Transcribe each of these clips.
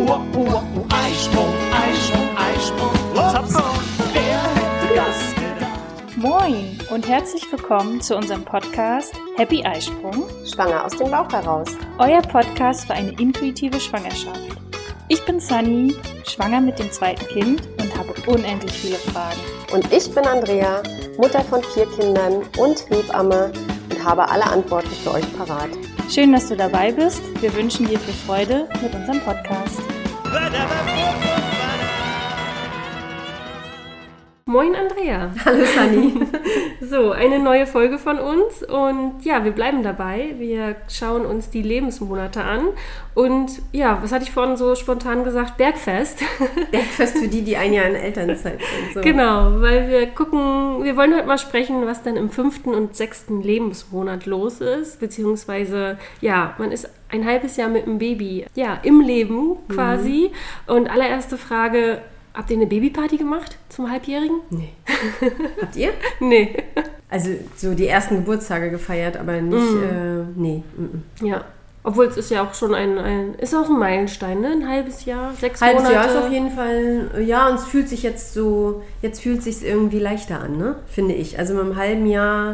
Eisprung, Eisprung, Eisprung, Hopsapfel, wer hätte das gedacht? Moin und herzlich willkommen zu unserem Podcast Happy Eisprung, Schwanger aus dem Bauch heraus. Euer Podcast für eine intuitive Schwangerschaft. Ich bin Sunny, schwanger mit dem zweiten Kind und habe unendlich viele Fragen. Und ich bin Andrea, Mutter von 4 Kindern und Hebamme und habe alle Antworten für euch parat. Schön, dass du dabei bist. Wir wünschen dir viel Freude mit unserem Podcast. Moin Andrea. Hallo Sunny. So, eine neue Folge von uns und ja, wir bleiben dabei. Wir schauen uns die Lebensmonate an und ja, was hatte ich vorhin so spontan gesagt? Bergfest. Bergfest für die ein Jahr in Elternzeit sind. So. Genau, weil wir wollen heute mal sprechen, was dann im 5. und 6. Lebensmonat los ist, beziehungsweise ja, man ist ein halbes Jahr mit dem Baby, ja, im Leben quasi. Und allererste Frage: Habt ihr eine Babyparty gemacht zum Halbjährigen? Nee. Habt ihr? Nee. Also so die ersten Geburtstage gefeiert, aber nicht, nee. Ja, obwohl es ist ja auch schon ist auch ein Meilenstein, ne? Ein halbes Jahr, 6 Halbes Monate. Jahr ist auf jeden Fall, ja, und es fühlt sich jetzt fühlt sich irgendwie leichter an, ne? Finde ich. Also mit einem halben Jahr,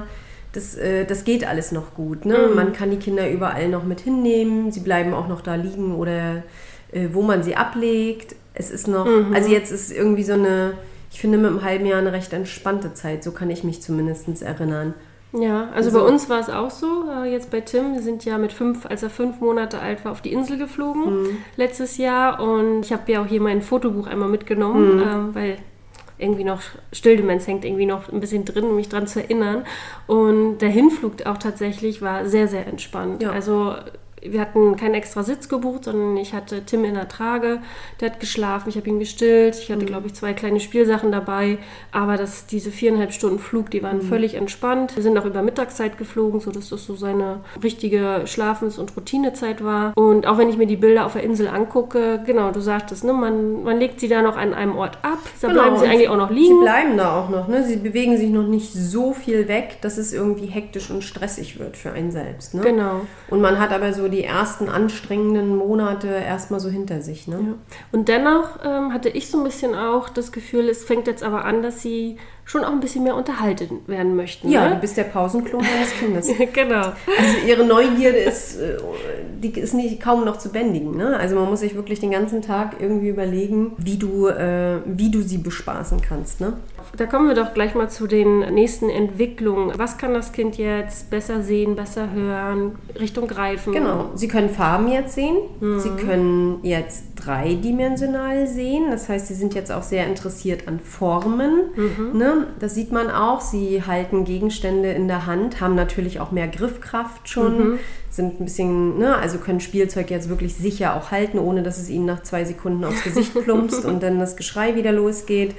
das geht alles noch gut, ne? Man kann die Kinder überall noch mit hinnehmen, sie bleiben auch noch da liegen oder wo man sie ablegt. Es ist noch, also jetzt ist irgendwie ich finde mit einem halben Jahr eine recht entspannte Zeit, so kann ich mich zumindest erinnern. Ja, also bei uns war es auch so, jetzt bei Tim, wir sind ja als er 5 Monate alt war, auf die Insel geflogen letztes Jahr und ich habe ja auch hier mein Fotobuch einmal mitgenommen, weil irgendwie noch Stilldemenz hängt irgendwie noch ein bisschen drin, um mich dran zu erinnern. Und der Hinflug auch tatsächlich war sehr, sehr entspannt. Ja. Also wir hatten keinen extra Sitz gebucht, sondern ich hatte Tim in der Trage, der hat geschlafen, ich habe ihn gestillt, ich hatte, glaube ich, 2 kleine Spielsachen dabei, aber diese 4,5 Stunden Flug, die waren völlig entspannt. Wir sind auch über Mittagszeit geflogen, sodass das so seine richtige Schlafens- und Routinezeit war. Und auch wenn ich mir die Bilder auf der Insel angucke, genau, du sagtest, ne, man legt sie da noch an einem Ort ab, da bleiben sie eigentlich auch noch liegen. Sie bleiben da auch noch, ne? Sie bewegen sich noch nicht so viel weg, dass es irgendwie hektisch und stressig wird für einen selbst, ne? Genau. Und man hat aber so die ersten anstrengenden Monate erstmal so hinter sich. Ne? Ja. Und dennoch hatte ich so ein bisschen auch das Gefühl, es fängt jetzt aber an, dass sie schon auch ein bisschen mehr unterhalten werden möchten. Ja, ne? Du bist der Pausenklon deines Kindes. Genau. Also ihre Neugierde ist kaum noch zu bändigen. Ne? Also man muss sich wirklich den ganzen Tag irgendwie überlegen, wie du sie bespaßen kannst. Ne? Da kommen wir doch gleich mal zu den nächsten Entwicklungen. Was kann das Kind jetzt besser sehen, besser hören, Richtung Greifen? Genau, sie können Farben jetzt sehen. Sie können jetzt dreidimensional sehen. Das heißt, sie sind jetzt auch sehr interessiert an Formen. Ne? Das sieht man auch. Sie halten Gegenstände in der Hand, haben natürlich auch mehr Griffkraft schon, sind ein bisschen, ne, also können Spielzeug jetzt wirklich sicher auch halten, ohne dass es ihnen nach 2 Sekunden aufs Gesicht plumpst und dann das Geschrei wieder losgeht.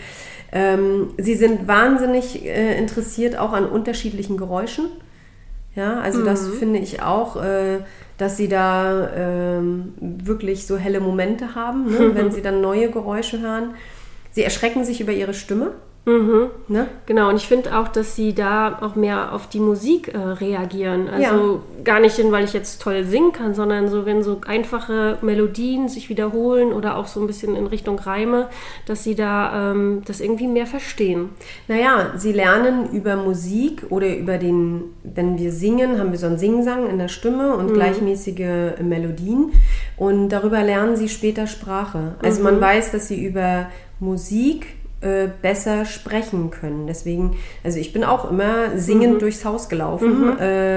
Sie sind wahnsinnig interessiert auch an unterschiedlichen Geräuschen. Ja, also das finde ich auch, dass sie da wirklich so helle Momente haben, ne, wenn sie dann neue Geräusche hören. Sie erschrecken sich über ihre Stimme. Ne? Genau, und ich finde auch, dass sie da auch mehr auf die Musik reagieren. Also gar nicht, weil ich jetzt toll singen kann, sondern so, wenn so einfache Melodien sich wiederholen oder auch so ein bisschen in Richtung Reime, dass sie da das irgendwie mehr verstehen. Naja, sie lernen über Musik oder wenn wir singen, haben wir so einen Singsang in der Stimme und gleichmäßige Melodien und darüber lernen sie später Sprache. Also man weiß, dass sie über Musik besser sprechen können. Deswegen, also ich bin auch immer singend durchs Haus gelaufen.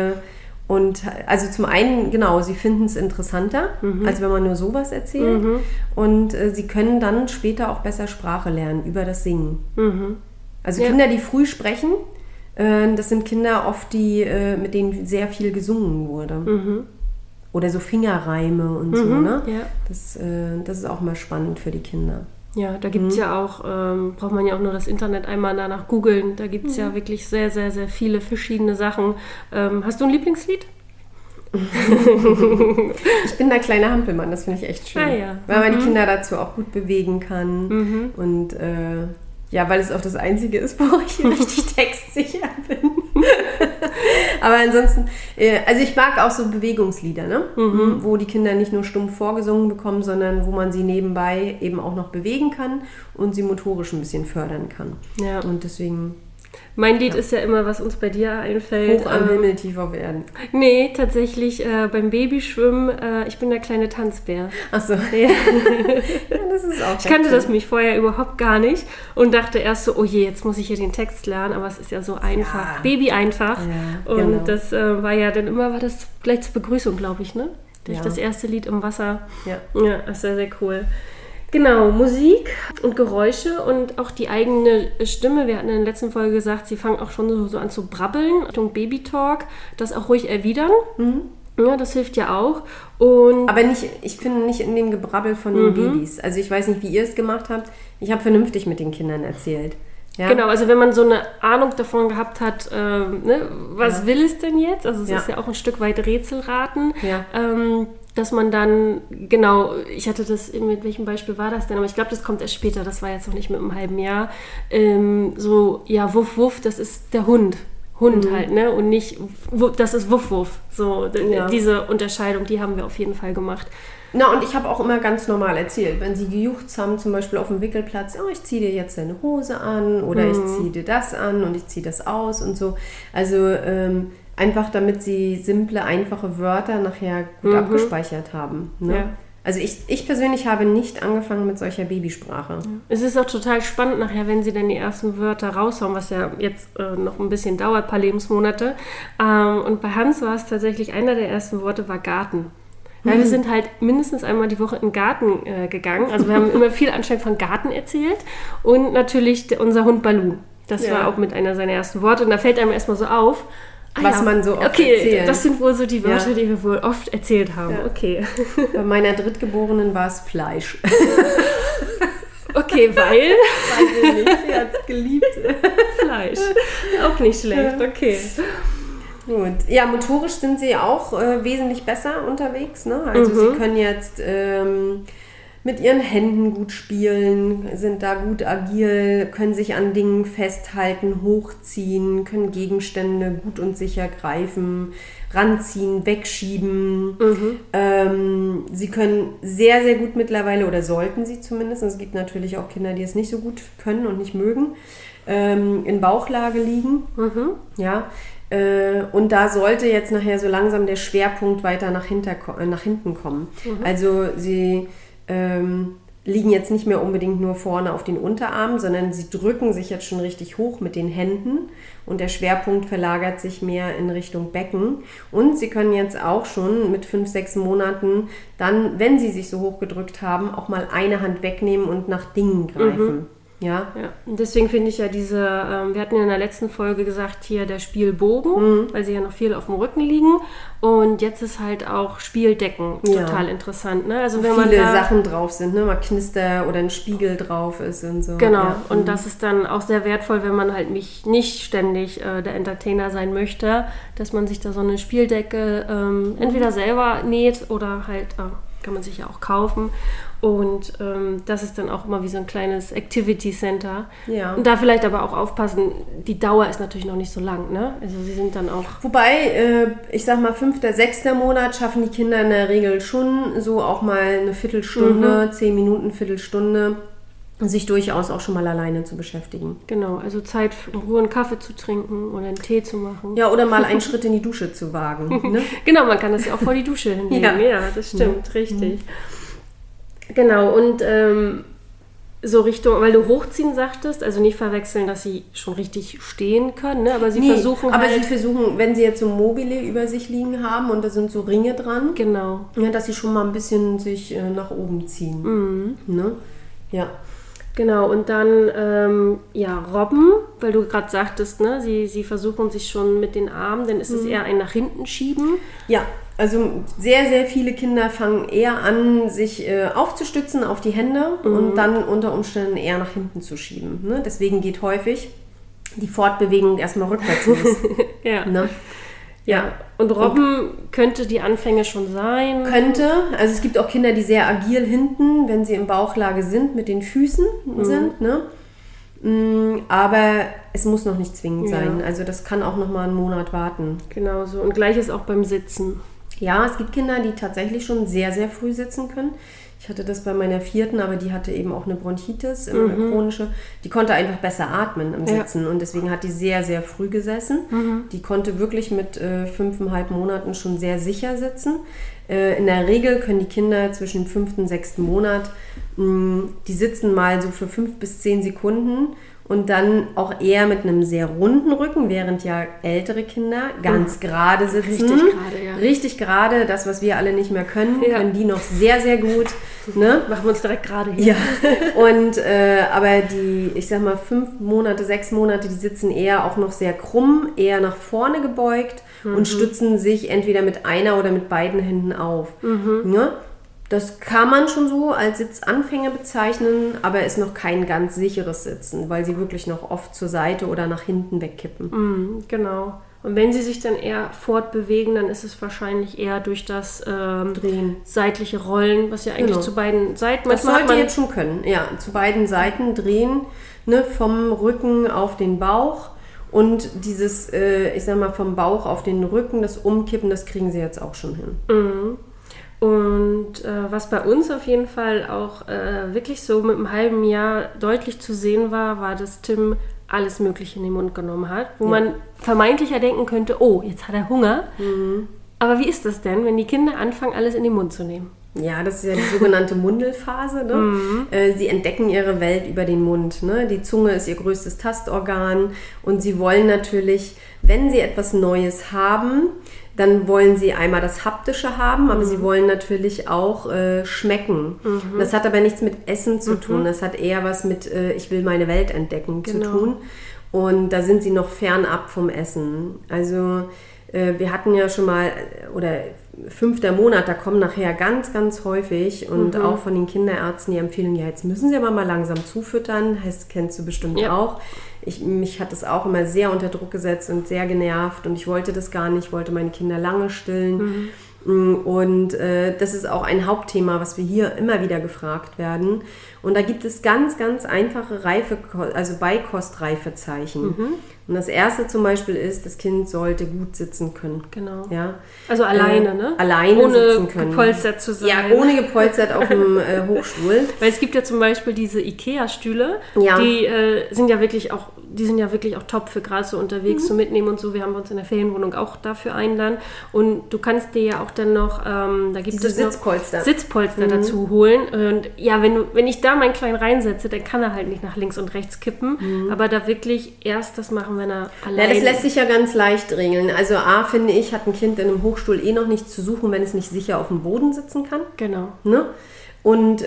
Und also zum einen, genau, sie finden es interessanter, als wenn man nur sowas erzählt. Und sie können dann später auch besser Sprache lernen über das Singen. Also Kinder, die früh sprechen, das sind Kinder oft, mit denen sehr viel gesungen wurde. Oder so Fingerreime und so. Ne? Ja. Das ist auch mal spannend für die Kinder. Ja, da gibt es ja auch, braucht man ja auch nur das Internet einmal danach googeln. Da gibt es ja wirklich sehr, sehr, sehr viele verschiedene Sachen. Hast du ein Lieblingslied? Ich bin der kleine Hampelmann, das finde ich echt schön. Ja. Weil man die Kinder dazu auch gut bewegen kann. Und weil es auch das Einzige ist, wo ich richtig textsicher bin. Aber ansonsten, also ich mag auch so Bewegungslieder, ne? Wo die Kinder nicht nur stumpf vorgesungen bekommen, sondern wo man sie nebenbei eben auch noch bewegen kann und sie motorisch ein bisschen fördern kann. Ja. Und deswegen... Mein Lied ist ja immer, was uns bei dir einfällt. Hoch am Himmel, tief auf Erden. Nee, tatsächlich beim Babyschwimmen, ich bin der kleine Tanzbär. Ach so. Ja. Ja, das ist auch Ich kannte das mich vorher überhaupt gar nicht und dachte erst so, oh je, jetzt muss ich hier den Text lernen, aber es ist ja so einfach, Ja. Baby einfach. Ja, und genau. das war ja dann immer, war das gleich zur Begrüßung, glaube ich, ne? Durch Ja. das erste Lied im Wasser. Ja. Ja, das ist sehr, sehr cool. Genau, Musik und Geräusche und auch die eigene Stimme. Wir hatten in der letzten Folge gesagt, sie fangen auch schon so an zu brabbeln, Richtung Baby-Talk, das auch ruhig erwidern. Ja, das hilft ja auch. Und Aber nicht, ich finde nicht in dem Gebrabbel von den Babys. Also ich weiß nicht, wie ihr es gemacht habt. Ich habe vernünftig mit den Kindern erzählt. Ja? genau, also wenn man so eine Ahnung davon gehabt hat, was will es denn jetzt? Also es Ja. ist ja auch ein Stück weit Rätselraten. Ja. Dass man dann, genau, ich hatte das, mit welchem Beispiel war das denn? Aber ich glaube, das kommt erst später, das war jetzt noch nicht mit einem halben Jahr. So, ja, Wuff, Wuff, das ist der Hund. Halt, ne? Und nicht, das ist Wuff, Wuff. So, Ja. diese Unterscheidung, die haben wir auf jeden Fall gemacht. Na, und ich habe auch immer ganz normal erzählt, wenn sie gejuchzt haben, zum Beispiel auf dem Wickelplatz, oh, ich ziehe dir jetzt deine Hose an oder ich ziehe dir das an und ich ziehe das aus und so. Also einfach, damit sie simple, einfache Wörter nachher gut abgespeichert haben. Ne? Ja. Also ich persönlich habe nicht angefangen mit solcher Babysprache. Es ist auch total spannend nachher, wenn sie dann die ersten Wörter raushauen, was ja jetzt noch ein bisschen dauert, ein paar Lebensmonate. Und bei Hans war es tatsächlich, einer der ersten Worte war Garten. Ja, wir sind halt mindestens einmal die Woche in den Garten gegangen. Also wir haben immer viel anscheinend von Garten erzählt. Und natürlich unser Hund Balu. Das Ja. war auch mit einer seiner ersten Worte. Und da fällt einem erstmal so auf, Was man so oft okay, erzählt. das sind wohl so die Wörter, Ja. die wir wohl oft erzählt haben. Ja. Okay. Bei meiner Drittgeborenen war es Fleisch. Okay, weil Weiß ich nicht, sie hat es geliebt. Fleisch. Auch nicht schlecht, okay. Gut. Ja, motorisch sind sie auch wesentlich besser unterwegs. Ne? Also sie können jetzt mit ihren Händen gut spielen, sind da gut agil, können sich an Dingen festhalten, hochziehen, können Gegenstände gut und sicher greifen, ranziehen, wegschieben. Sie können sehr, sehr gut mittlerweile, oder sollten sie zumindest, es gibt natürlich auch Kinder, die es nicht so gut können und nicht mögen, in Bauchlage liegen. Ja. Und da sollte jetzt nachher so langsam der Schwerpunkt weiter nach hinten kommen. Also sie liegen jetzt nicht mehr unbedingt nur vorne auf den Unterarmen, sondern sie drücken sich jetzt schon richtig hoch mit den Händen und der Schwerpunkt verlagert sich mehr in Richtung Becken. Und sie können jetzt auch schon mit 5, 6 Monaten dann, wenn sie sich so hoch gedrückt haben, auch mal eine Hand wegnehmen und nach Dingen greifen. Ja. Ja, und deswegen finde ich ja wir hatten ja in der letzten Folge gesagt, hier der Spielbogen, weil sie ja noch viel auf dem Rücken liegen. Und jetzt ist halt auch Spieldecken total interessant. Ne? Also wenn Viele man Sachen drauf sind, ne? Mal Knister oder ein Spiegel drauf ist und so. Genau, Ja. und das ist dann auch sehr wertvoll, wenn man halt nicht ständig der Entertainer sein möchte, dass man sich da so eine Spieldecke entweder selber näht oder halt kann man sich ja auch kaufen. Und das ist dann auch immer wie so ein kleines Activity Center. Ja. Und da vielleicht aber auch aufpassen, die Dauer ist natürlich noch nicht so lang, ne? Also sie sind dann auch... Wobei, ich sag mal, 5., 6. Monat schaffen die Kinder in der Regel schon so auch mal eine Viertelstunde, 10 Minuten, Viertelstunde, sich durchaus auch schon mal alleine zu beschäftigen. Genau, also Zeit, in Ruhe einen Kaffee zu trinken oder einen Tee zu machen. Ja, oder mal einen Schritt in die Dusche zu wagen. Ne? Genau, man kann das ja auch vor die Dusche hinlegen. Ja, das stimmt, richtig. Genau, und so Richtung, weil du hochziehen sagtest, also nicht verwechseln, dass sie schon richtig stehen können, ne? Aber sie versuchen aber halt... sie versuchen, wenn sie jetzt so Mobile über sich liegen haben und da sind so Ringe dran, Genau. ja, dass sie schon mal ein bisschen sich nach oben ziehen. Ne? Ja. Genau, und dann, Robben, weil du gerade sagtest, ne, sie versuchen sich schon mit den Armen, dann ist es eher ein nach hinten schieben. Ja, also sehr, sehr viele Kinder fangen eher an, sich aufzustützen auf die Hände und dann unter Umständen eher nach hinten zu schieben. Ne? Deswegen geht häufig die Fortbewegung erstmal rückwärts los. Ja. Ne? Ja, und Robben könnte die Anfänge schon sein. Könnte, also es gibt auch Kinder, die sehr agil hinten, wenn sie in Bauchlage sind, mit den Füßen sind. Ne? Aber es muss noch nicht zwingend sein. Also das kann auch noch mal einen Monat warten. Genau so. Und gleiches auch beim Sitzen. Ja, es gibt Kinder, die tatsächlich schon sehr, sehr früh sitzen können. Ich hatte das bei meiner 4., aber die hatte eben auch eine Bronchitis, eine chronische. Die konnte einfach besser atmen im Sitzen und deswegen hat die sehr, sehr früh gesessen. Die konnte wirklich mit 5,5 Monaten schon sehr sicher sitzen. In der Regel können die Kinder zwischen dem 5. und 6. Monat, die sitzen mal so für 5 bis 10 Sekunden und dann auch eher mit einem sehr runden Rücken, während ja ältere Kinder ganz gerade sitzen. Richtig gerade, ja. Richtig gerade, das, was wir alle nicht mehr können, können die noch sehr, sehr gut. Ne? Machen wir uns direkt gerade hier. Ja, und aber die, ich sag mal 5 Monate, 6 Monate, die sitzen eher auch noch sehr krumm, eher nach vorne gebeugt und stützen sich entweder mit einer oder mit beiden Händen auf. Ne? Das kann man schon so als Sitzanfänger bezeichnen, aber ist noch kein ganz sicheres Sitzen, weil sie wirklich noch oft zur Seite oder nach hinten wegkippen. Genau. Und wenn sie sich dann eher fortbewegen, dann ist es wahrscheinlich eher durch das Drehen. Seitliche Rollen, was ja eigentlich zu beiden Seiten... Das sollte jetzt schon können, ja. Zu beiden Seiten drehen, ne, vom Rücken auf den Bauch. Und dieses, ich sag mal, vom Bauch auf den Rücken, das Umkippen, das kriegen sie jetzt auch schon hin. Und was bei uns auf jeden Fall auch wirklich so mit einem halben Jahr deutlich zu sehen war, dass Tim alles Mögliche in den Mund genommen hat, wo man vermeintlich ja denken könnte, oh, jetzt hat er Hunger. Aber wie ist das denn, wenn die Kinder anfangen, alles in den Mund zu nehmen? Ja, das ist ja die sogenannte Mundelphase. Ne? Sie entdecken ihre Welt über den Mund. Ne? Die Zunge ist ihr größtes Tastorgan und sie wollen natürlich, wenn sie etwas Neues haben, dann wollen sie einmal das Haptische haben, aber sie wollen natürlich auch schmecken. Das hat aber nichts mit Essen zu tun. Das hat eher was mit ich will meine Welt entdecken zu tun. Und da sind sie noch fernab vom Essen. Also wir hatten ja schon mal, oder 5. Monat, da kommen nachher ganz, ganz häufig und auch von den Kinderärzten die Empfehlung, ja, jetzt müssen sie aber mal langsam zufüttern. Das kennst du bestimmt auch. Mich hat das auch immer sehr unter Druck gesetzt und sehr genervt und ich wollte das gar nicht, ich wollte meine Kinder lange stillen. Und das ist auch ein Hauptthema, was wir hier immer wieder gefragt werden. Und da gibt es ganz, ganz einfache Beikostreifezeichen. Und das erste zum Beispiel ist, das Kind sollte gut sitzen können. Genau. Ja? Also alleine, ne? Alleine ohne sitzen können. Ohne gepolstert zu sein. Ja, ohne gepolstert auf dem Hochstuhl. Weil es gibt ja zum Beispiel diese Ikea-Stühle, die sind ja wirklich auch top für gerade so unterwegs zu mitnehmen und so. Wir haben uns in der Ferienwohnung auch dafür einladen. Und du kannst dir ja auch dann noch, da gibt es Sitzpolster dazu holen. Und ja, wenn ich da meinen Kleinen reinsetze, dann kann er halt nicht nach links und rechts kippen. Aber da wirklich erst das machen, wenn er alleine... Ja, das lässt sich ja ganz leicht regeln. Also finde ich, hat ein Kind in einem Hochstuhl noch nichts zu suchen, wenn es nicht sicher auf dem Boden sitzen kann. Genau. Ne? Und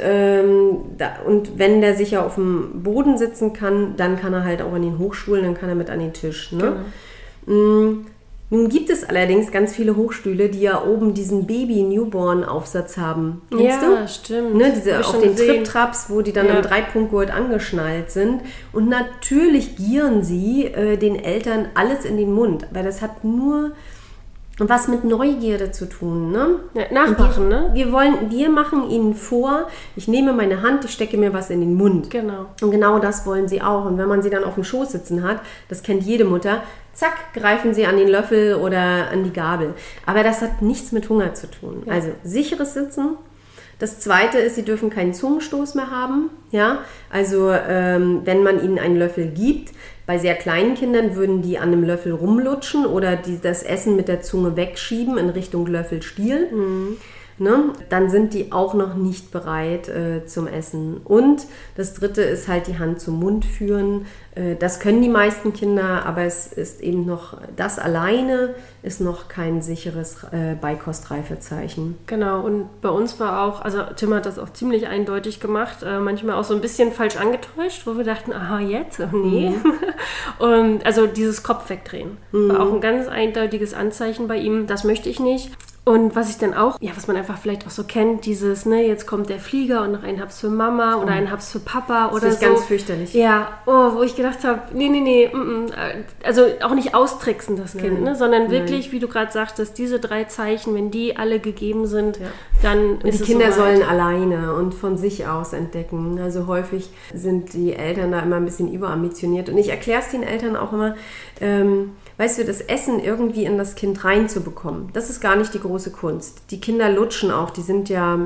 wenn der sicher auf dem Boden sitzen kann, dann kann er halt auch an den Hochstuhl, dann kann er mit an den Tisch. Ne? Genau. Nun gibt es allerdings ganz viele Hochstühle, die ja oben diesen Baby-Newborn-Aufsatz haben. Kennst du? Ja, stimmt. Ne, diese auf den Trip-Traps, wo die dann am 3-Punkt-Gurt angeschnallt sind. Und natürlich gieren sie den Eltern alles in den Mund. Weil das hat nur was mit Neugierde zu tun. Ne? Ja, nachmachen, ne? Wir machen ihnen vor, ich nehme meine Hand, ich stecke mir was in den Mund. Genau. Und genau das wollen sie auch. Und wenn man sie dann auf dem Schoß sitzen hat, das kennt jede Mutter, zack, greifen sie an den Löffel oder an die Gabel. Aber das hat nichts mit Hunger zu tun. Ja. Also sicheres Sitzen. Das Zweite ist, sie dürfen keinen Zungenstoß mehr haben. Ja? Also wenn man ihnen einen Löffel gibt, bei sehr kleinen Kindern würden die an einem Löffel rumlutschen oder das Essen mit der Zunge wegschieben in Richtung Löffelstiel. Ne? Dann sind die auch noch nicht bereit zum Essen. Und das Dritte ist halt die Hand zum Mund führen. Das können die meisten Kinder, aber es ist eben noch, das alleine ist noch kein sicheres Beikostreifezeichen. Genau, und bei uns war auch, also Tim hat das auch ziemlich eindeutig gemacht, manchmal auch so ein bisschen falsch angetäuscht, wo wir dachten, aha, jetzt? Oh, nee. Und also dieses Kopf wegdrehen war auch ein ganz eindeutiges Anzeichen bei ihm, das möchte ich nicht. Und was ich dann auch, was man einfach vielleicht auch so kennt, dieses, ne, jetzt kommt der Flieger und noch ein Haps für Mama oder ein Haps für Papa oder so. Das ist ganz fürchterlich. Ja, wo ich gedacht habe, nee, also auch nicht austricksen das Kind, ne, sondern wirklich, wie du gerade sagtest, diese 3 Zeichen, wenn die alle gegeben sind, dann ist es die Kinder soweit. sollen alleine und von sich aus entdecken. Also häufig sind die Eltern da immer ein bisschen überambitioniert. Und ich erkläre es den Eltern auch immer, weißt du, das Essen irgendwie in das Kind reinzubekommen, das ist gar nicht die große Kunst. Die Kinder lutschen auch, die sind ja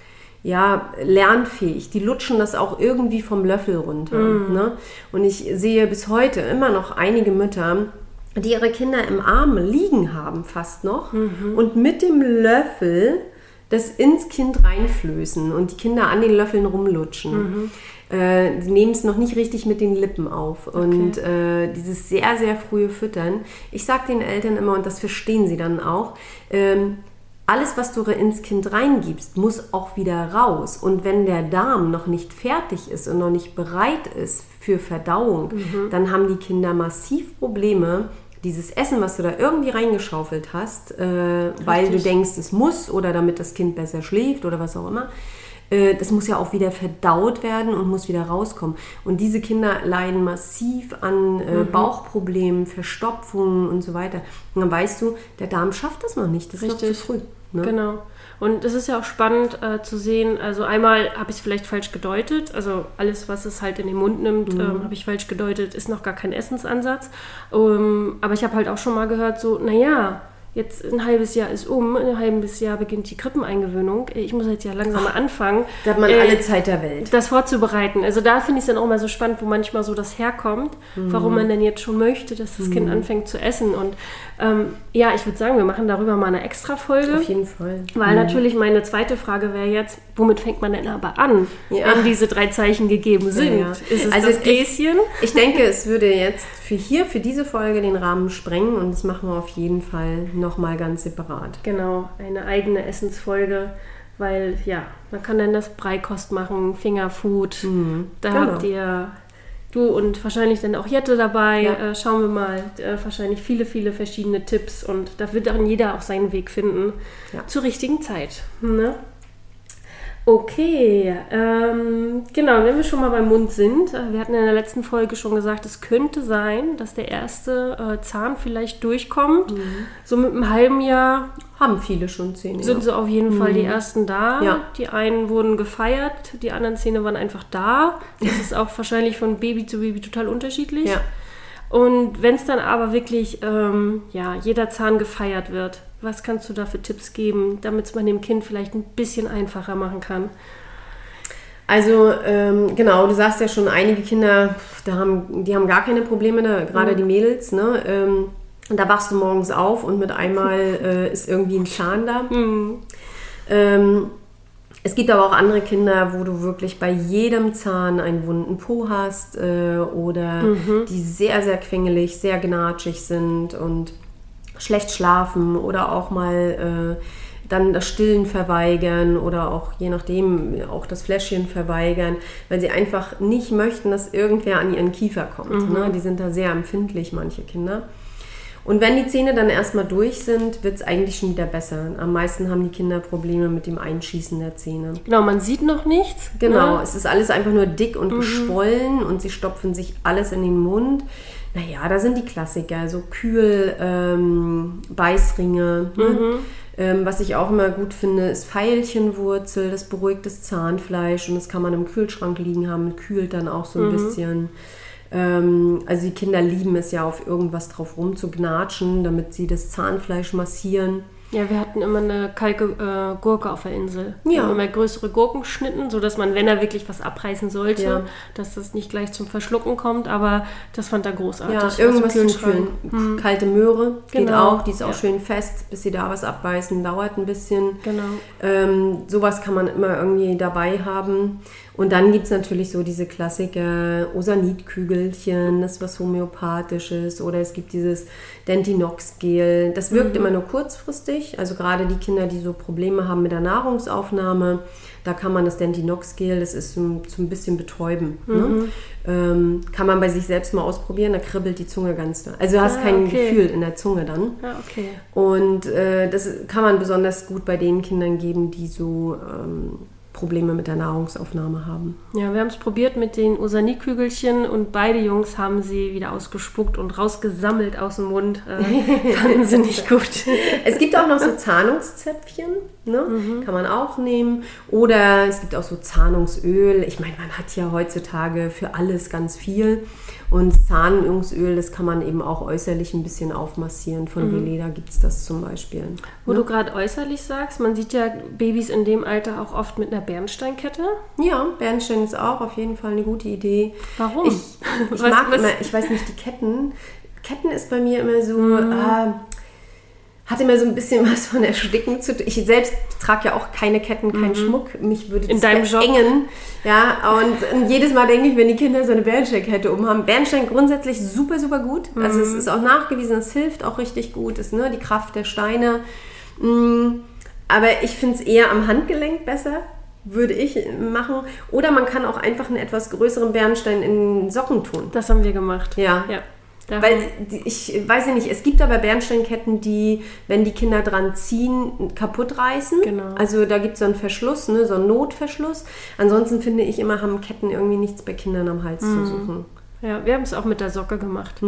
lernfähig. Die lutschen das auch irgendwie vom Löffel runter. Ne? Und ich sehe bis heute immer noch einige Mütter, die ihre Kinder im Arm liegen haben fast noch und mit dem Löffel das ins Kind reinflößen und die Kinder an den Löffeln rumlutschen. Sie nehmen es noch nicht richtig mit den Lippen auf. Und dieses sehr, sehr frühe Füttern, ich sage den Eltern immer, und das verstehen sie dann auch, alles, was du ins Kind reingibst, muss auch wieder raus. Und wenn der Darm noch nicht fertig ist und noch nicht bereit ist für Verdauung, dann haben die Kinder massiv Probleme, dieses Essen, was du da irgendwie reingeschaufelt hast, weil du denkst, es muss oder damit das Kind besser schläft oder was auch immer, das muss ja auch wieder verdaut werden und muss wieder rauskommen. Und diese Kinder leiden massiv an Bauchproblemen, Verstopfungen und so weiter. Und dann weißt du, der Darm schafft das noch nicht, das ist noch zu früh. Ne? Genau. Und es ist ja auch spannend zu sehen, also einmal habe ich es vielleicht falsch gedeutet, also alles, was es halt in den Mund nimmt, habe ich falsch gedeutet, ist noch gar kein Essensansatz. Aber ich habe halt auch schon mal gehört, so, naja, jetzt ein halbes Jahr ist in einem halben Jahr beginnt die Krippeneingewöhnung. Ich muss jetzt ja langsam mal anfangen. Da hat man alle Zeit der Welt. Das vorzubereiten. Also da finde ich es dann auch mal so spannend, wo manchmal so das herkommt, warum man denn jetzt schon möchte, dass das Kind anfängt zu essen. Und ich würde sagen, wir machen darüber mal eine extra Folge. Auf jeden Fall. Weil natürlich meine zweite Frage wäre jetzt, womit fängt man denn aber an, wenn diese 3 Zeichen gegeben sind? Ja. Ist es also das Gläschen? Ich denke, es würde jetzt für diese Folge den Rahmen sprengen und das machen wir auf jeden Fall nochmal ganz separat. Genau, eine eigene Essensfolge, weil man kann dann das Beikost machen, Fingerfood, da habt ihr du und wahrscheinlich dann auch Jette dabei, schauen wir mal, wahrscheinlich viele, viele verschiedene Tipps und da wird dann jeder auch seinen Weg finden zur richtigen Zeit. Ne? Okay, genau, wenn wir schon mal beim Mund sind, wir hatten in der letzten Folge schon gesagt, es könnte sein, dass der erste Zahn vielleicht durchkommt. So mit einem halben Jahr haben viele schon Zähne. Sind so auf jeden Fall die ersten da. Ja. Die einen wurden gefeiert, die anderen Zähne waren einfach da. Das ist auch wahrscheinlich von Baby zu Baby total unterschiedlich. Ja. Und wenn es dann aber wirklich jeder Zahn gefeiert wird, was kannst du da für Tipps geben, damit es man dem Kind vielleicht ein bisschen einfacher machen kann? Also genau, du sagst ja schon, einige Kinder, die haben gar keine Probleme, gerade die Mädels, ne? Da wachst du morgens auf und mit einmal ist irgendwie ein Zahn da. Es gibt aber auch andere Kinder, wo du wirklich bei jedem Zahn einen wunden Po hast oder die sehr, sehr quengelig, sehr gnatschig sind und schlecht schlafen oder auch mal dann das Stillen verweigern oder auch je nachdem auch das Fläschchen verweigern, weil sie einfach nicht möchten, dass irgendwer an ihren Kiefer kommt. Ne? Die sind da sehr empfindlich, manche Kinder. Und wenn die Zähne dann erstmal durch sind, wird es eigentlich schon wieder besser. Am meisten haben die Kinder Probleme mit dem Einschießen der Zähne. Genau, man sieht noch nichts. Genau, es ist alles einfach nur dick und geschwollen und sie stopfen sich alles in den Mund. Naja, da sind die Klassiker, so Kühl, Beißringe. Ne? Was ich auch immer gut finde, ist Veilchenwurzel, das beruhigt das Zahnfleisch und das kann man im Kühlschrank liegen haben, kühlt dann auch so ein bisschen. Also die Kinder lieben es ja, auf irgendwas drauf rumzugnatschen, damit sie das Zahnfleisch massieren. Ja, wir hatten immer eine kalke Gurke auf der Insel. Wir haben immer größere Gurken geschnitten, sodass man, wenn er wirklich was abreißen sollte, dass das nicht gleich zum Verschlucken kommt, aber das fand er großartig. Ja, irgendwas zum Kühlen. Kalte Möhre geht auch, die ist auch schön fest, bis sie da was abbeißen, dauert ein bisschen. Genau. Sowas kann man immer irgendwie dabei haben. Und dann gibt es natürlich so diese Klassiker, Osanit-Kügelchen, das ist was Homöopathisches, oder es gibt dieses Dentinox-Gel. Das wirkt immer nur kurzfristig, also gerade die Kinder, die so Probleme haben mit der Nahrungsaufnahme, Da kann man das Dentinox-Gel, das ist zum ein bisschen betäuben. Ne? Kann man bei sich selbst mal ausprobieren, da kribbelt die Zunge ganz doll. Also du hast kein Gefühl in der Zunge dann. Okay. Und das kann man besonders gut bei den Kindern geben, die so Probleme mit der Nahrungsaufnahme haben. Ja, wir haben es probiert mit den Osanikügelchen und beide Jungs haben sie wieder ausgespuckt und rausgesammelt aus dem Mund. Fanden sie nicht gut. Es gibt auch noch so Zahnungszäpfchen, ne? Kann man auch nehmen. Oder es gibt auch so Zahnungsöl. Ich meine, man hat ja heutzutage für alles ganz viel. Und Zahnungsöl, das kann man eben auch äußerlich ein bisschen aufmassieren. Von Veleda gibt es das zum Beispiel. Wo du gerade äußerlich sagst, man sieht ja Babys in dem Alter auch oft mit einer Bernsteinkette. Ja, Bernstein ist auch auf jeden Fall eine gute Idee. Warum? Ich mag immer, ich weiß nicht, die Ketten. Ketten ist bei mir immer so... hat immer so ein bisschen was von Ersticken zu tun. Ich selbst trage ja auch keine Ketten, keinen Schmuck. Mich würde das verengen. Ja, und jedes Mal denke ich, wenn die Kinder so eine Bernsteinkette haben. Bernstein grundsätzlich super, super gut. Also es ist auch nachgewiesen, es hilft auch richtig gut. Es ist die Kraft der Steine. Aber ich finde es eher am Handgelenk besser, würde ich machen. Oder man kann auch einfach einen etwas größeren Bernstein in Socken tun. Das haben wir gemacht. Ja. Weil ich weiß ja nicht, es gibt aber Bernsteinketten, die, wenn die Kinder dran ziehen, kaputt reißen. Genau. Also da gibt es so einen Verschluss, so einen Notverschluss. Ansonsten finde ich immer, haben Ketten irgendwie nichts bei Kindern am Hals zu suchen. Ja, wir haben es auch mit der Socke gemacht.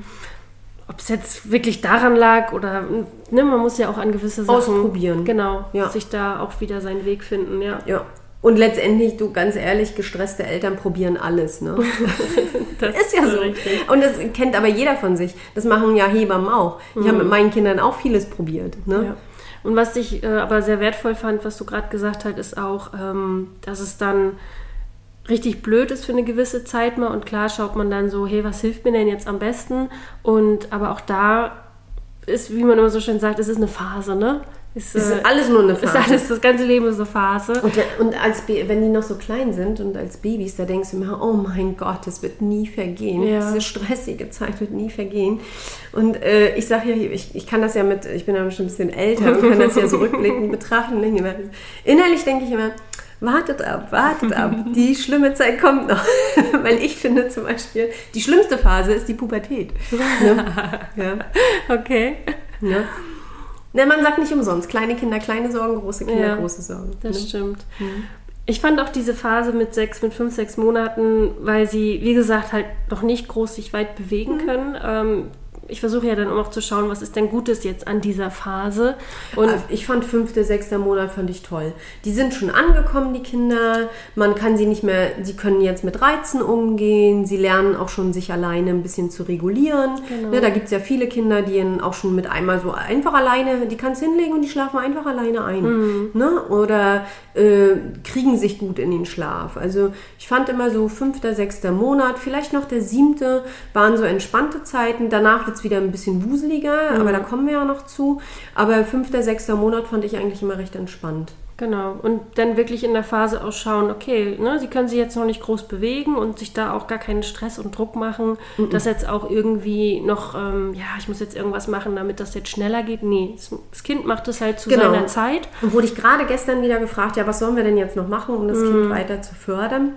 Ob es jetzt wirklich daran lag oder, man muss ja auch an gewisse Sachen ausprobieren. Genau, sich da auch wieder seinen Weg finden, ja. Und letztendlich, du, ganz ehrlich, gestresste Eltern probieren alles, ne? Das ist ja so. Richtig. Und das kennt aber jeder von sich. Das machen ja Hebammen auch. Ich habe mit meinen Kindern auch vieles probiert, ne? Ja. Und was ich aber sehr wertvoll fand, was du gerade gesagt hast, ist auch, dass es dann richtig blöd ist für eine gewisse Zeit mal. Und klar schaut man dann so, hey, was hilft mir denn jetzt am besten? Und aber auch da ist, wie man immer so schön sagt, es ist eine Phase, ne? Es ist alles nur eine Phase. Das ganze Leben ist eine Phase. Und wenn die noch so klein sind und als Babys, da denkst du immer, oh mein Gott, das wird nie vergehen. Ja. Diese stressige Zeit wird nie vergehen. Und ich sage ja, ich kann das ja ich bin ja schon ein bisschen älter und kann das ja so rückblickend betrachten. Innerlich denke ich immer, wartet ab, die schlimme Zeit kommt noch. Weil ich finde zum Beispiel, die schlimmste Phase ist die Pubertät. Ne? Ja. Okay. Ja. Man sagt nicht umsonst, kleine Kinder, kleine Sorgen, große Kinder, große Sorgen. Das stimmt. Ich fand auch diese Phase mit 5, 6 Monaten, weil sie, wie gesagt, halt noch nicht groß sich weit bewegen können. Ich versuche ja dann auch zu schauen, was ist denn Gutes jetzt an dieser Phase. Und ich fand 5., 6. Monat fand ich toll. Die sind schon angekommen, die Kinder. Man kann sie nicht mehr, sie können jetzt mit Reizen umgehen. Sie lernen auch schon, sich alleine ein bisschen zu regulieren. Genau. Ne, da gibt es ja viele Kinder, die auch schon mit einmal so einfach alleine, die kannst hinlegen und die schlafen einfach alleine ein. Ne? Oder kriegen sich gut in den Schlaf. Also ich fand immer so 5., 6. Monat, vielleicht noch der 7. waren so entspannte Zeiten. Danach wird es wieder ein bisschen wuseliger, aber da kommen wir ja noch zu. Aber 5., 6. Monat fand ich eigentlich immer recht entspannt. Genau, und dann wirklich in der Phase auch schauen, okay, ne, sie können sich jetzt noch nicht groß bewegen und sich da auch gar keinen Stress und Druck machen, dass jetzt auch irgendwie noch, ich muss jetzt irgendwas machen, damit das jetzt schneller geht. Nee, das Kind macht es halt zu seiner Zeit. Und wurde ich gerade gestern wieder gefragt, was sollen wir denn jetzt noch machen, um das Kind weiter zu fördern?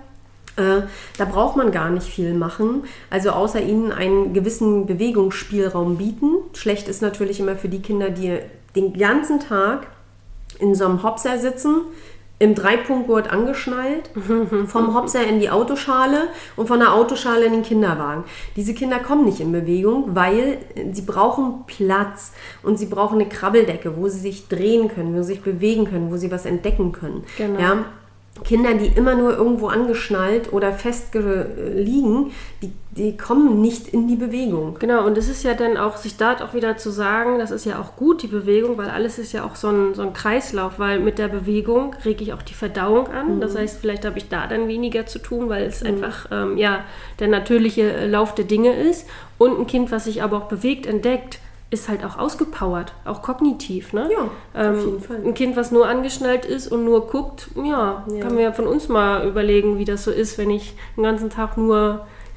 Da braucht man gar nicht viel machen, also außer ihnen einen gewissen Bewegungsspielraum bieten. Schlecht ist natürlich immer für die Kinder, die den ganzen Tag in so einem Hopser sitzen, im Dreipunktgurt angeschnallt, vom Hopser in die Autoschale und von der Autoschale in den Kinderwagen. Diese Kinder kommen nicht in Bewegung, weil sie brauchen Platz und sie brauchen eine Krabbeldecke, wo sie sich drehen können, wo sie sich bewegen können, wo sie was entdecken können. Genau. Ja? Kinder, die immer nur irgendwo angeschnallt oder fest liegen, die kommen nicht in die Bewegung. Genau, und es ist ja dann auch, sich da auch wieder zu sagen, das ist ja auch gut, die Bewegung, weil alles ist ja auch so ein Kreislauf, weil mit der Bewegung rege ich auch die Verdauung an. Das heißt, vielleicht habe ich da dann weniger zu tun, weil es einfach der natürliche Lauf der Dinge ist. Und ein Kind, was sich aber auch bewegt, entdeckt, ist halt auch ausgepowert, auch kognitiv, ne? Ja, auf jeden Fall. Ein Kind, was nur angeschnallt ist und nur guckt, kann man ja von uns mal überlegen, wie das so ist, wenn ich den ganzen Tag nur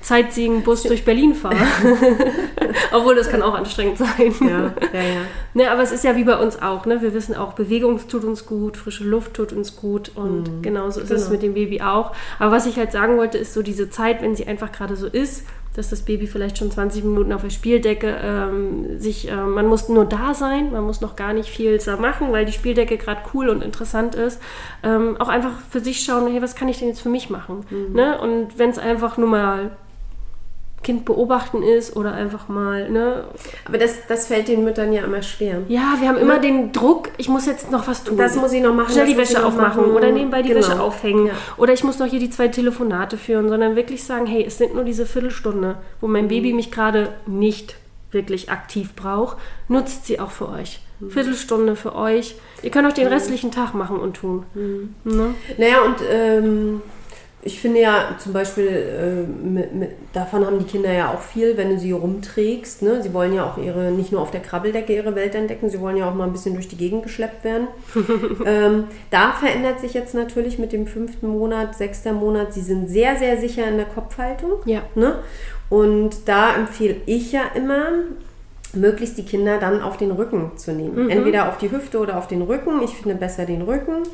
Sightseeing-Bus durch Berlin fahre. Obwohl, das kann auch anstrengend sein. Ja. Ne, aber es ist ja wie bei uns auch. Ne? Wir wissen auch, Bewegung tut uns gut, frische Luft tut uns gut und genauso ist es mit dem Baby auch. Aber was ich halt sagen wollte, ist so diese Zeit, wenn sie einfach gerade so ist, dass das Baby vielleicht schon 20 Minuten auf der Spieldecke man muss nur da sein, man muss noch gar nicht viel machen, weil die Spieldecke gerade cool und interessant ist. Auch einfach für sich schauen, hey, was kann ich denn jetzt für mich machen? Ne? Und wenn es einfach nur mal Kind beobachten ist oder einfach mal, ne? Aber das fällt den Müttern ja immer schwer. Ja, wir haben immer den Druck, ich muss jetzt noch was tun. Das muss ich noch machen. Schnell die Wäsche aufmachen oder nebenbei die Wäsche aufhängen. Ja. Oder ich muss noch hier die 2 Telefonate führen, sondern wirklich sagen, hey, es sind nur diese Viertelstunde, wo mein Baby mich gerade nicht wirklich aktiv braucht. Nutzt sie auch für euch. Viertelstunde für euch. Ihr könnt auch den restlichen Tag machen und tun. Ne? Naja, und ich finde ja zum Beispiel, davon haben die Kinder ja auch viel, wenn du sie rumträgst. Ne? Sie wollen ja auch nicht nur auf der Krabbeldecke ihre Welt entdecken, sie wollen ja auch mal ein bisschen durch die Gegend geschleppt werden. Da verändert sich jetzt natürlich mit dem 5. Monat, 6. Monat, sie sind sehr, sehr sicher in der Kopfhaltung. Ja. Ne? Und da empfehle ich ja immer, möglichst die Kinder dann auf den Rücken zu nehmen. Entweder auf die Hüfte oder auf den Rücken. Ich finde besser den Rücken.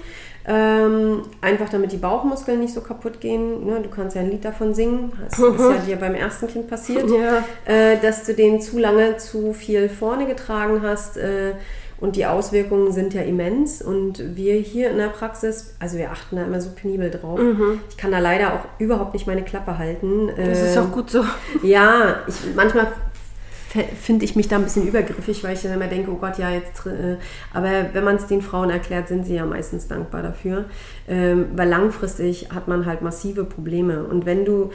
Einfach damit die Bauchmuskeln nicht so kaputt gehen. Ne? Du kannst ja ein Lied davon singen. Das ist ja dir beim ersten Kind passiert. Ja. Dass du den zu lange zu viel vorne getragen hast. Und die Auswirkungen sind ja immens. Und wir hier in der Praxis, also wir achten da immer so penibel drauf. Ich kann da leider auch überhaupt nicht meine Klappe halten. Das ist auch gut so. Ja, manchmal finde ich mich da ein bisschen übergriffig, weil ich dann immer denke, oh Gott, ja, jetzt... aber wenn man es den Frauen erklärt, sind sie ja meistens dankbar dafür. Weil langfristig hat man halt massive Probleme. Und wenn du...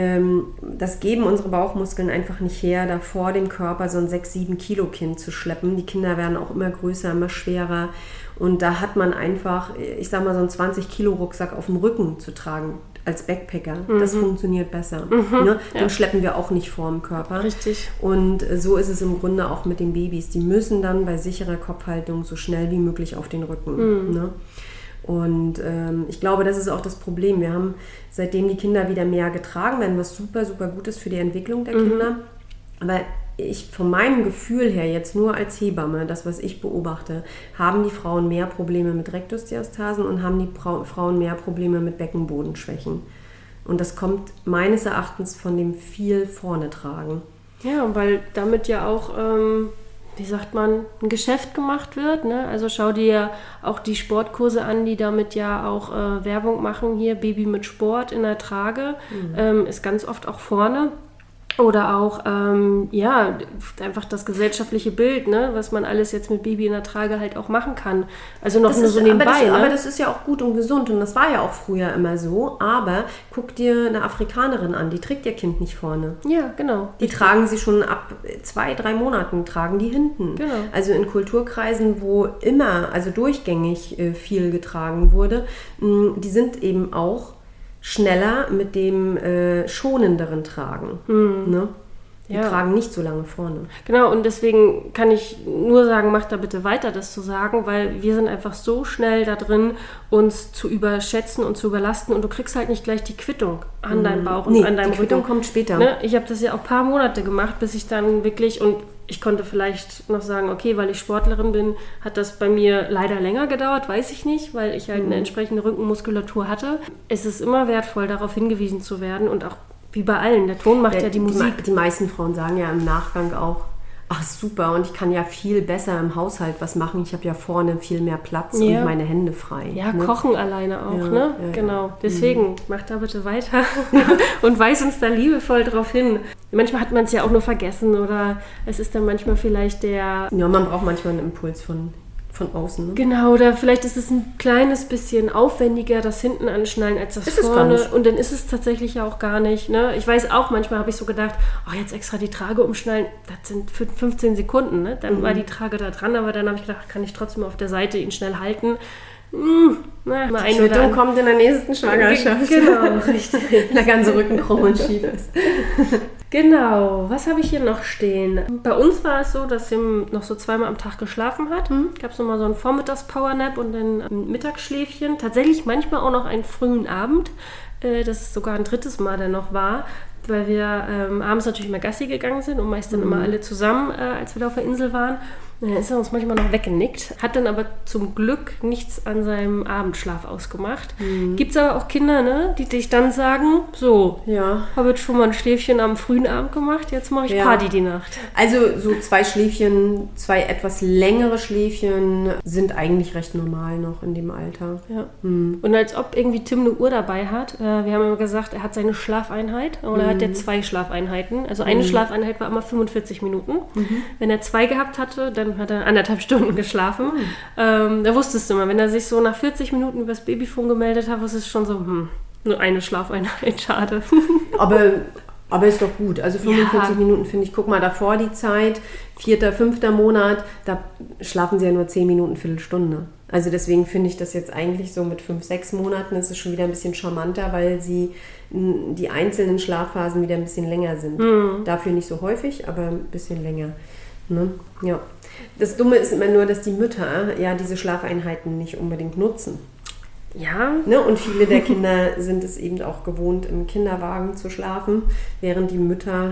das geben unsere Bauchmuskeln einfach nicht her, da vor dem Körper so ein 6-7 Kilo Kind zu schleppen. Die Kinder werden auch immer größer, immer schwerer. Und da hat man einfach, ich sag mal, so einen 20 Kilo Rucksack auf dem Rücken zu tragen. Als Backpacker. Das funktioniert besser. Ne? Dann schleppen wir auch nicht vor dem Körper. Richtig. Und so ist es im Grunde auch mit den Babys. Die müssen dann bei sicherer Kopfhaltung so schnell wie möglich auf den Rücken. Ne? Und ich glaube, das ist auch das Problem. Wir haben, seitdem die Kinder wieder mehr getragen werden, was super, super gut ist für die Entwicklung der Kinder. Aber von meinem Gefühl her jetzt nur als Hebamme, das, was ich beobachte, haben die Frauen mehr Probleme mit Rektusdiastasen und haben die Frauen mehr Probleme mit Beckenbodenschwächen. Und das kommt meines Erachtens von dem viel vorne tragen. Ja, weil damit ja auch, wie sagt man, ein Geschäft gemacht wird. Ne? Also schau dir auch die Sportkurse an, die damit ja auch Werbung machen. Hier Baby mit Sport in der Trage, ist ganz oft auch vorne. Oder auch, einfach das gesellschaftliche Bild, ne, was man alles jetzt mit Baby in der Trage halt auch machen kann. Also noch nur so nebenbei. Aber das ist ja auch gut und gesund und das war ja auch früher immer so. Aber guck dir eine Afrikanerin an, die trägt ihr Kind nicht vorne. Ja, genau. Die tragen sie schon ab 2-3 Monaten, tragen die hinten. Genau. Also in Kulturkreisen, wo immer, also durchgängig viel getragen wurde, die sind eben auch schneller mit dem schonenderen Tragen. Ne? Die tragen nicht so lange vorne. Genau, und deswegen kann ich nur sagen, macht da bitte weiter, das zu sagen, weil wir sind einfach so schnell da drin, uns zu überschätzen und zu überlasten und du kriegst halt nicht gleich die Quittung an deinem Bauch und an deinem Rücken. Die Quittung kommt später. Ne? Ich habe das ja auch ein paar Monate gemacht, bis ich dann wirklich, und ich konnte vielleicht noch sagen, okay, weil ich Sportlerin bin, hat das bei mir leider länger gedauert, weiß ich nicht, weil ich halt eine entsprechende Rückenmuskulatur hatte. Es ist immer wertvoll, darauf hingewiesen zu werden und auch wie bei allen, der Ton macht ja die Musik. Die meisten Frauen sagen ja im Nachgang auch, ach super, und ich kann ja viel besser im Haushalt was machen. Ich habe ja vorne viel mehr Platz und meine Hände frei. Ja, ne? Kochen alleine auch, ne? Ja, genau. Deswegen, macht da bitte weiter und weist uns da liebevoll drauf hin. Manchmal hat man es ja auch nur vergessen oder es ist dann manchmal vielleicht der... Ja, man braucht manchmal einen Impuls von außen. Ne? Genau, oder vielleicht ist es ein kleines bisschen aufwendiger, das hinten anschnallen, als das ist vorne. Und dann ist es tatsächlich ja auch gar nicht. Ne? Ich weiß auch, manchmal habe ich so gedacht, oh, jetzt extra die Trage umschnallen, das sind 15 Sekunden. Ne? Dann war die Trage da dran, aber dann habe ich gedacht, kann ich trotzdem auf der Seite ihn schnell halten. Die Quittung kommt in der nächsten Schwangerschaft. Genau, richtig. Der ganze Rücken krumm und schief ist. Genau, was habe ich hier noch stehen? Bei uns war es so, dass Tim noch so 2-mal am Tag geschlafen hat. Gab es nochmal so einen Vormittags-Powernap und dann ein Mittagsschläfchen. Tatsächlich manchmal auch noch einen frühen Abend. dass es sogar ein drittes Mal dann noch war, weil wir abends natürlich mal Gassi gegangen sind und meist dann immer alle zusammen, als wir da auf der Insel waren. Und dann ist er uns manchmal noch weggenickt, hat dann aber zum Glück nichts an seinem Abendschlaf ausgemacht. Gibt es aber auch Kinder, ne, die dich dann sagen, so, habe jetzt schon mal ein Schläfchen am frühen Abend gemacht, jetzt mache ich Party die Nacht. Also so 2 Schläfchen, 2 etwas längere Schläfchen sind eigentlich recht normal noch in dem Alter. Ja. Und als ob irgendwie Tim eine Uhr dabei hat. Wir haben immer gesagt, er hat seine Schlafeinheit oder hat er 2 Schlafeinheiten. Also eine Schlafeinheit war immer 45 Minuten. Wenn er 2 gehabt hatte, dann hat er 1,5 Stunden geschlafen. Da wusstest du immer, wenn er sich so nach 40 Minuten übers Babyphone gemeldet hat, wusstest du schon so, nur eine Schlafeinheit, schade. Aber ist doch gut. Also 45 Minuten finde ich, guck mal, davor die Zeit, 4., 5. Monat, da schlafen sie ja nur 10 Minuten, Viertelstunde. Also deswegen finde ich das jetzt eigentlich so mit 5, 6 Monaten ist es schon wieder ein bisschen charmanter, weil die einzelnen Schlafphasen wieder ein bisschen länger sind. Dafür nicht so häufig, aber ein bisschen länger. Ne? Ja. Das Dumme ist immer nur, dass die Mütter diese Schlafeinheiten nicht unbedingt nutzen. Ja. Ne? Und viele der Kinder sind es eben auch gewohnt, im Kinderwagen zu schlafen, während die Mütter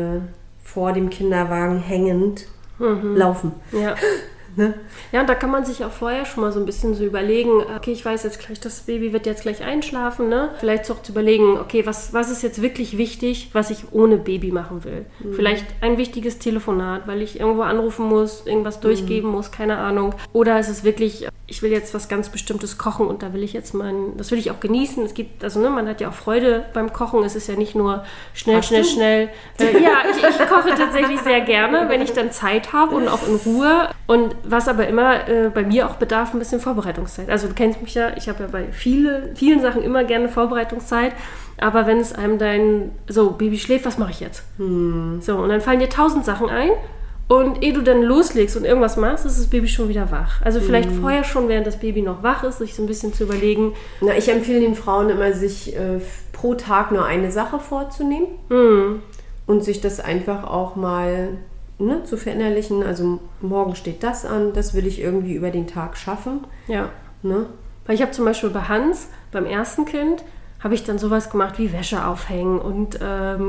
vor dem Kinderwagen hängend laufen. Ja. Ne? Ja, und da kann man sich auch vorher schon mal so ein bisschen so überlegen, okay, ich weiß jetzt gleich, das Baby wird jetzt gleich einschlafen, ne? Vielleicht so auch zu überlegen, okay, was ist jetzt wirklich wichtig, was ich ohne Baby machen will? Vielleicht ein wichtiges Telefonat, weil ich irgendwo anrufen muss, irgendwas durchgeben muss, keine Ahnung. Oder ist es wirklich, ich will jetzt was ganz Bestimmtes kochen und da will ich jetzt das will ich auch genießen. Es gibt, also ne, man hat ja auch Freude beim Kochen. Es ist ja nicht nur schnell. Ja, ich koche tatsächlich sehr gerne, wenn ich dann Zeit habe und auch in Ruhe. Und was aber immer bei mir auch bedarf, ein bisschen Vorbereitungszeit. Also du kennst mich ja, ich habe ja bei vielen Sachen immer gerne Vorbereitungszeit. Aber wenn es einem Baby schläft, was mache ich jetzt? So, und dann fallen dir 1000 Sachen ein. Und ehe du dann loslegst und irgendwas machst, ist das Baby schon wieder wach. Also vielleicht vorher schon, während das Baby noch wach ist, sich so ein bisschen zu überlegen. Na, ich empfehle den Frauen immer, sich pro Tag nur eine Sache vorzunehmen und sich das einfach auch mal zu verinnerlichen. Also morgen steht das an, das will ich irgendwie über den Tag schaffen. Ja. Ne? Weil ich habe zum Beispiel bei Hans, beim ersten Kind, habe ich dann sowas gemacht wie Wäsche aufhängen und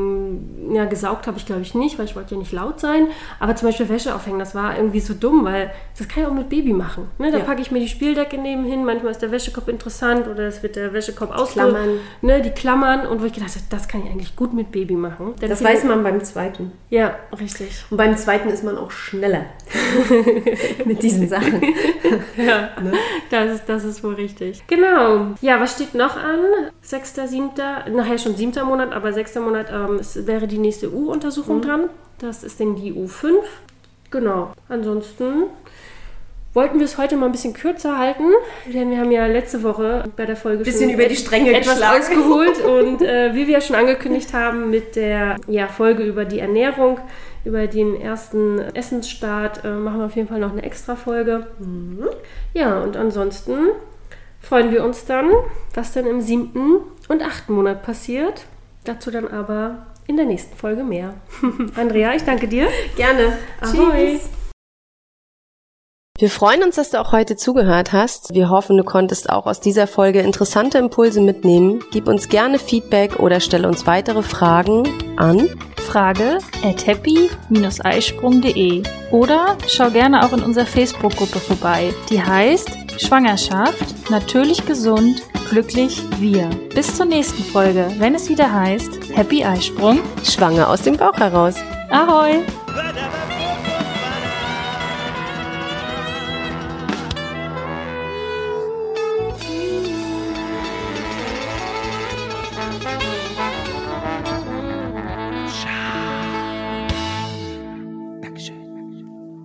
gesaugt habe ich glaube ich nicht, weil ich wollte ja nicht laut sein, aber zum Beispiel Wäsche aufhängen, das war irgendwie so dumm, weil das kann ich auch mit Baby machen. Ne? Da packe ich mir die Spieldecke nebenhin, manchmal ist der Wäschekorb interessant oder es wird der Wäschekorb ausklammern. Ne, die Klammern und wo ich gedacht habe, das kann ich eigentlich gut mit Baby machen. Denn das weiß man beim zweiten. Ja, richtig. Und beim zweiten ist man auch schneller mit diesen Sachen. Ja, ne? Das ist wohl richtig. Genau. Ja, was steht noch an? 6., 7., nachher schon 7. Monat, aber 6. Monat wäre die nächste U-Untersuchung dran. Das ist dann die U5. Genau. Ansonsten wollten wir es heute mal ein bisschen kürzer halten, denn wir haben ja letzte Woche bei der Folge bisschen über die Stränge etwas ausgeholt und wie wir ja schon angekündigt haben mit der Folge über die Ernährung, über den ersten Essensstart, machen wir auf jeden Fall noch eine extra Folge. Ja, und ansonsten freuen wir uns dann, was dann im 7. und 8. Monat passiert. Dazu dann aber in der nächsten Folge mehr. Andrea, ich danke dir. Gerne. Ahoi. Tschüss. Wir freuen uns, dass du auch heute zugehört hast. Wir hoffen, du konntest auch aus dieser Folge interessante Impulse mitnehmen. Gib uns gerne Feedback oder stelle uns weitere Fragen an frage@happy-eisprung.de oder schau gerne auch in unserer Facebook-Gruppe vorbei. Die heißt Schwangerschaft, natürlich gesund, glücklich wir. Bis zur nächsten Folge, wenn es wieder heißt Happy Eisprung, schwanger aus dem Bauch heraus. Ahoi! Ba-da-ba-ba.